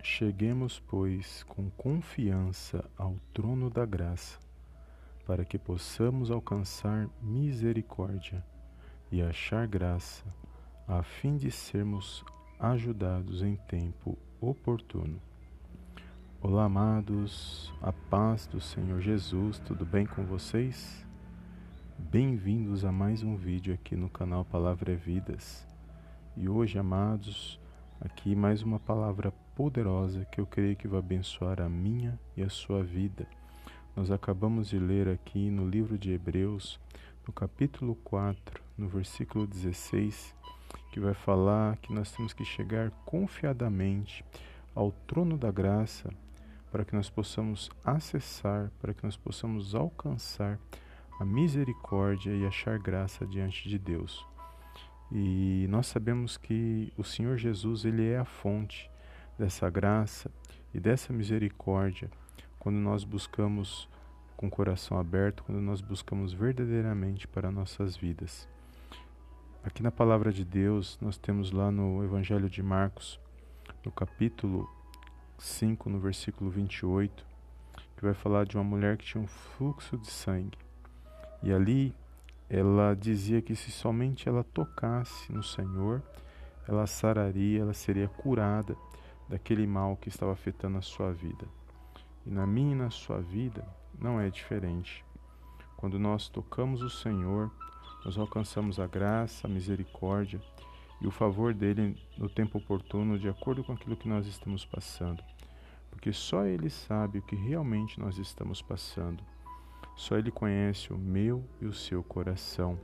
Cheguemos, pois, com confiança ao trono da graça, para que possamos alcançar misericórdia e achar graça, a fim de sermos ajudados em tempo oportuno. Olá, amados, a paz do Senhor Jesus, tudo bem com vocês? Bem-vindos a mais um vídeo aqui no canal Palavra é Vidas. E hoje, amados, aqui mais uma palavra poderosa que eu creio que vai abençoar a minha e a sua vida. Nós acabamos de ler aqui no livro de Hebreus, no capítulo 4, no versículo 16, que vai falar que nós temos que chegar confiadamente ao trono da graça para que nós possamos acessar, para que nós possamos alcançar a misericórdia e achar graça diante de Deus. E nós sabemos que o Senhor Jesus, Ele é a fonte dessa graça e dessa misericórdia quando nós buscamos com o coração aberto, quando nós buscamos verdadeiramente para nossas vidas. Aqui na Palavra de Deus, nós temos lá no Evangelho de Marcos, no capítulo 5, no versículo 28, que vai falar de uma mulher que tinha um fluxo de sangue. E ali ela dizia que se somente ela tocasse no Senhor, ela sararia, ela seria curada daquele mal que estava afetando a sua vida. E na minha e na sua vida não é diferente. Quando nós tocamos o Senhor, nós alcançamos a graça, a misericórdia e o favor dele no tempo oportuno, de acordo com aquilo que nós estamos passando. Porque só Ele sabe o que realmente nós estamos passando. Só Ele conhece o meu e o seu coração.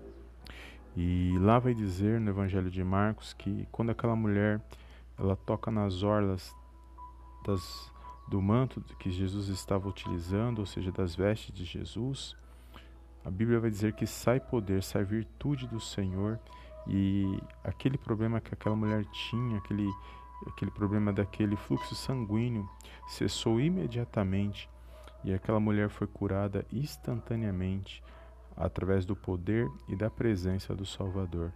E lá vai dizer no Evangelho de Marcos que quando aquela mulher ela toca nas orlas do manto que Jesus estava utilizando, ou seja, das vestes de Jesus, a Bíblia vai dizer que sai poder, sai virtude do Senhor, e aquele problema que aquela mulher tinha, aquele problema daquele fluxo sanguíneo, cessou imediatamente. E aquela mulher foi curada instantaneamente através do poder e da presença do Salvador.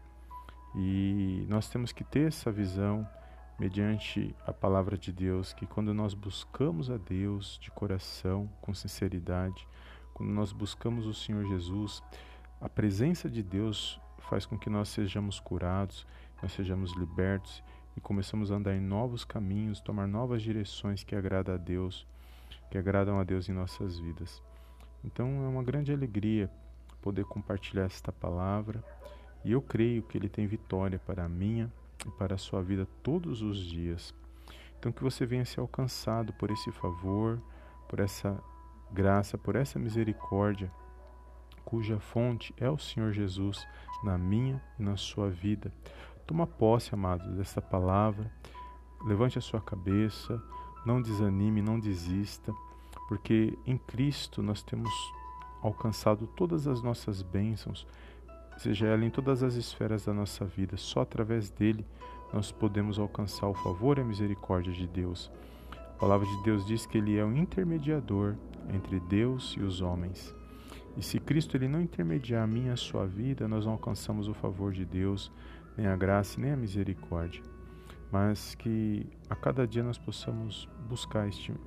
E nós temos que ter essa visão mediante a palavra de Deus, que quando nós buscamos a Deus de coração, com sinceridade, quando nós buscamos o Senhor Jesus, a presença de Deus faz com que nós sejamos curados, nós sejamos libertos e começamos a andar em novos caminhos, tomar novas direções que agradam a Deus, que agradam a Deus em nossas vidas. Então é uma grande alegria poder compartilhar esta palavra, e eu creio que Ele tem vitória para a minha e para a sua vida todos os dias. Então que você venha ser alcançado por esse favor, por essa graça, por essa misericórdia, cuja fonte é o Senhor Jesus na minha e na sua vida. Toma posse, amados, desta palavra, levante a sua cabeça, não desanime, não desista, porque em Cristo nós temos alcançado todas as nossas bênçãos, seja ela em todas as esferas da nossa vida. Só através dele nós podemos alcançar o favor e a misericórdia de Deus. A palavra de Deus diz que ele é o intermediador entre Deus e os homens. E se Cristo ele não intermediar a minha e a sua vida, nós não alcançamos o favor de Deus, nem a graça, nem a misericórdia. Mas que a cada dia nós possamos buscar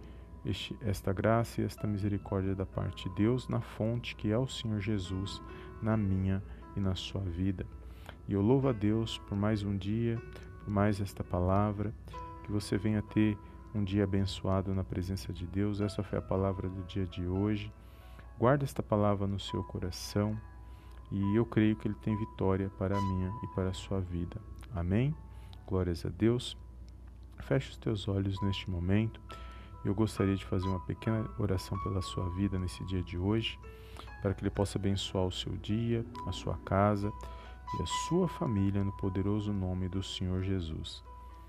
esta graça e esta misericórdia da parte de Deus na fonte que é o Senhor Jesus, na minha e na sua vida. E eu louvo a Deus por mais um dia, por mais esta palavra, que você venha ter um dia abençoado na presença de Deus. Essa foi a palavra do dia de hoje. Guarda esta palavra no seu coração e eu creio que Ele tem vitória para a minha e para a sua vida. Amém? Glórias a Deus. Feche os teus olhos neste momento. Eu gostaria de fazer uma pequena oração pela sua vida nesse dia de hoje, para que Ele possa abençoar o seu dia, a sua casa e a sua família no poderoso nome do Senhor Jesus.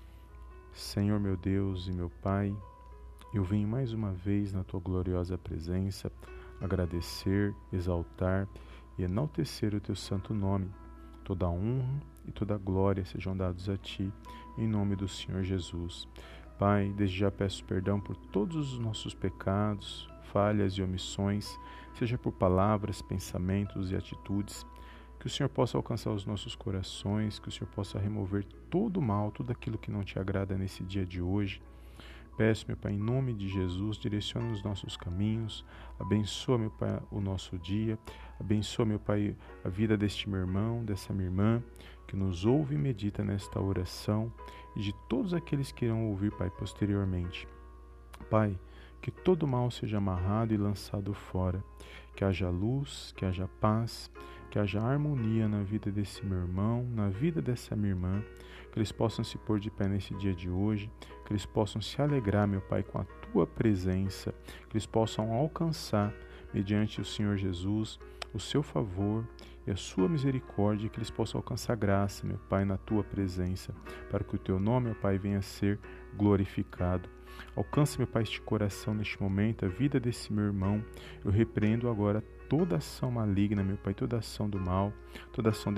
Senhor meu Deus e meu Pai, eu venho mais uma vez na Tua gloriosa presença agradecer, exaltar e enaltecer o Teu santo nome. Toda a honra e toda a glória sejam dados a Ti, em nome do Senhor Jesus. Pai, desde já peço perdão por todos os nossos pecados, falhas e omissões, seja por palavras, pensamentos e atitudes. Que o Senhor possa alcançar os nossos corações, que o Senhor possa remover todo o mal, tudo aquilo que não Te agrada nesse dia de hoje. peço, meu Pai, em nome de Jesus, direciona os nossos caminhos, abençoa, meu Pai, o nosso dia, abençoa, meu Pai, a vida deste meu irmão, dessa minha irmã, que nos ouve e medita nesta oração, e de todos aqueles que irão ouvir, Pai, posteriormente. Pai, que todo mal seja amarrado e lançado fora, que haja luz, que haja paz, que haja harmonia na vida desse meu irmão, na vida dessa minha irmã, que eles possam se pôr de pé nesse dia de hoje, que eles possam se alegrar, meu Pai, com a Tua presença, que eles possam alcançar, mediante o Senhor Jesus, o Seu favor e a Sua misericórdia, que eles possam alcançar graça, meu Pai, na Tua presença, para que o Teu nome, meu Pai, venha a ser glorificado. Alcance, meu Pai, este coração neste momento, a vida desse meu irmão. Eu repreendo agora toda ação maligna, meu Pai, toda ação do mal, toda ação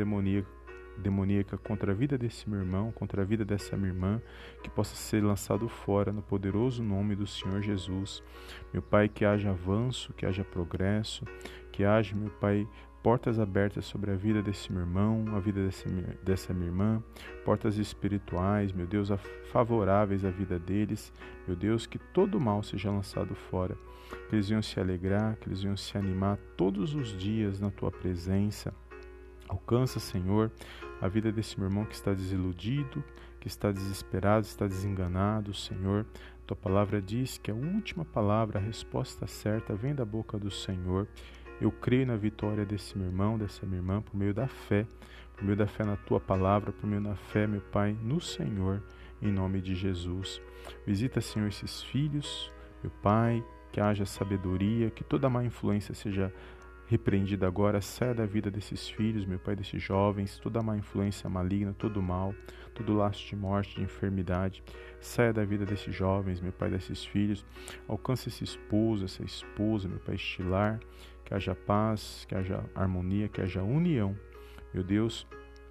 demoníaca contra a vida desse meu irmão, contra a vida dessa minha irmã, que possa ser lançado fora no poderoso nome do Senhor Jesus. Meu Pai, que haja avanço, que haja progresso, que haja, meu Pai, portas abertas sobre a vida desse meu irmão, a vida dessa minha irmã, portas espirituais, meu Deus, favoráveis à vida deles, meu Deus, que todo mal seja lançado fora, que eles venham se alegrar, que eles venham se animar todos os dias na Tua presença. Alcança, Senhor, a vida desse meu irmão que está desiludido, que está desesperado, está desenganado, Senhor. Tua palavra diz que a última palavra, a resposta certa, vem da boca do Senhor. Eu creio na vitória desse meu irmão, dessa minha irmã, por meio da fé na Tua palavra, por meio da fé, meu Pai, no Senhor, em nome de Jesus. Visita, Senhor, esses filhos, meu Pai, que haja sabedoria, que toda má influência seja repreendida agora, saia da vida desses filhos, meu Pai, desses jovens, toda má influência maligna, todo mal, todo laço de morte, de enfermidade, saia da vida desses jovens, meu Pai, desses filhos, alcance esse esposo, essa esposa, meu Pai, estilar, que haja paz, que haja harmonia, que haja união, meu Deus,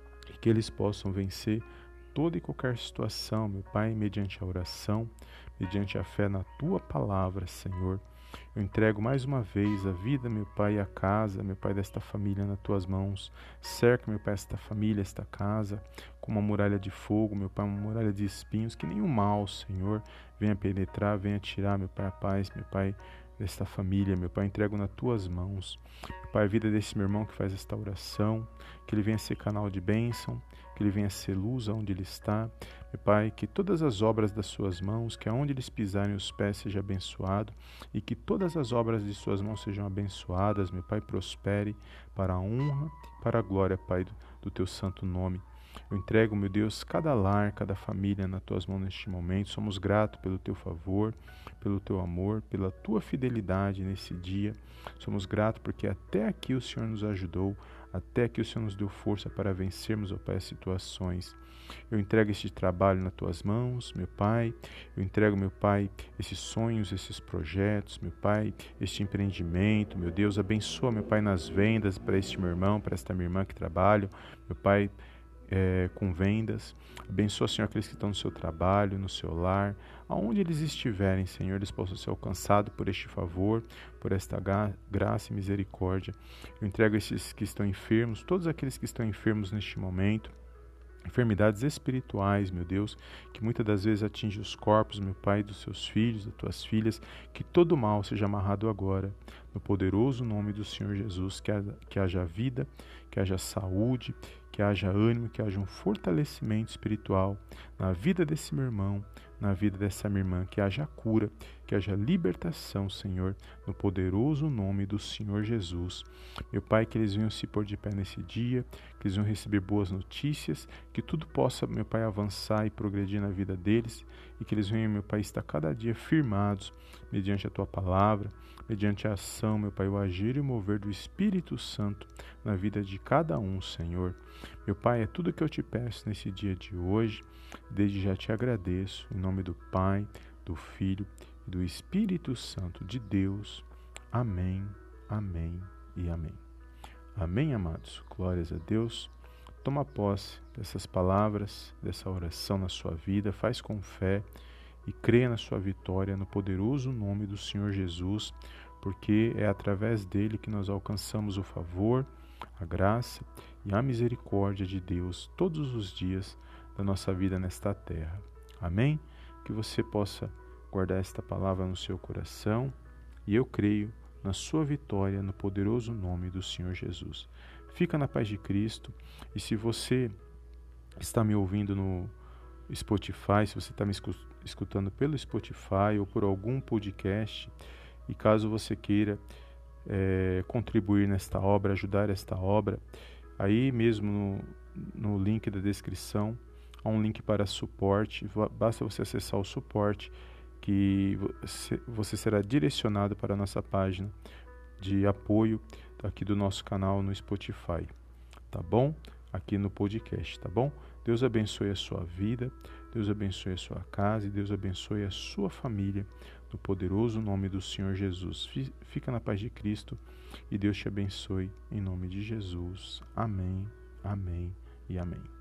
e que eles possam vencer toda e qualquer situação, meu Pai, mediante a oração, mediante a fé na Tua palavra, Senhor. Eu entrego mais uma vez a vida, meu Pai, e a casa, meu Pai, desta família nas Tuas mãos. Cerca, meu Pai, esta família, esta casa, com uma muralha de fogo, meu Pai, uma muralha de espinhos, que nenhum mal, Senhor, venha penetrar, venha tirar, meu Pai, a paz, meu Pai, desta família, meu Pai, entrego nas Tuas mãos. Meu Pai, a vida desse meu irmão que faz esta oração, que ele venha ser canal de bênção, que ele venha ser luz aonde ele está. Meu Pai, que todas as obras das Suas mãos, que aonde eles pisarem os pés seja abençoado, e que todas as obras de Suas mãos sejam abençoadas, meu Pai, prospere para a honra, para a glória, Pai, do Teu santo nome. Eu entrego, meu Deus, cada lar, cada família nas Tuas mãos neste momento. Somos gratos pelo Teu favor, pelo Teu amor, pela Tua fidelidade nesse dia. Somos gratos porque até aqui o Senhor nos ajudou, até aqui o Senhor nos deu força para vencermos, ó Pai, as situações. Eu entrego este trabalho nas Tuas mãos, meu Pai. Eu entrego, meu Pai, esses sonhos, esses projetos, meu Pai, este empreendimento, meu Deus. Abençoa, meu Pai, nas vendas para este meu irmão, para esta minha irmã que trabalham, meu Pai, com vendas. Abençoa, Senhor, aqueles que estão no seu trabalho, no seu lar, aonde eles estiverem, Senhor, eles possam ser alcançados por este favor, por esta graça e misericórdia. Eu entrego esses que estão enfermos, todos aqueles que estão enfermos neste momento, enfermidades espirituais, meu Deus, que muitas das vezes atinge os corpos, meu Pai, dos seus filhos, das tuas filhas, que todo mal seja amarrado agora, no poderoso nome do Senhor Jesus, que haja vida, que haja saúde, que haja ânimo, que haja um fortalecimento espiritual na vida desse meu irmão, na vida dessa minha irmã, que haja cura, que haja libertação, Senhor, no poderoso nome do Senhor Jesus. Meu Pai, que eles venham se pôr de pé nesse dia, que eles venham receber boas notícias, que tudo possa, meu Pai, avançar e progredir na vida deles, e que eles venham, meu Pai, estar cada dia firmados mediante a Tua palavra, mediante a ação, meu Pai, o agir e o mover do Espírito Santo na vida de cada um, Senhor. Meu Pai, é tudo que eu te peço nesse dia de hoje. Desde já te agradeço, em nome do Pai, do Filho e do Espírito Santo de Deus. Amém, amém e amém. Amém, amados. Glórias a Deus. Toma posse dessas palavras, dessa oração na sua vida. Faz com fé e creia na sua vitória no poderoso nome do Senhor Jesus, porque é através dele que nós alcançamos o favor, a graça e a misericórdia de Deus todos os dias da nossa vida nesta terra. Amém? Que você possa guardar esta palavra no seu coração e eu creio na sua vitória no poderoso nome do Senhor Jesus. Fica na paz de Cristo e se você está me ouvindo no Spotify, se você está me escutando pelo Spotify ou por algum podcast e caso você queira contribuir nesta obra, ajudar esta obra, aí mesmo no link da descrição há um link para suporte, basta você acessar o suporte que você será direcionado para a nossa página de apoio aqui do nosso canal no Spotify, tá bom? Aqui no podcast, tá bom? Deus abençoe a sua vida, Deus abençoe a sua casa e Deus abençoe a sua família, no poderoso nome do Senhor Jesus. Fica na paz de Cristo e Deus te abençoe em nome de Jesus. Amém, amém e amém.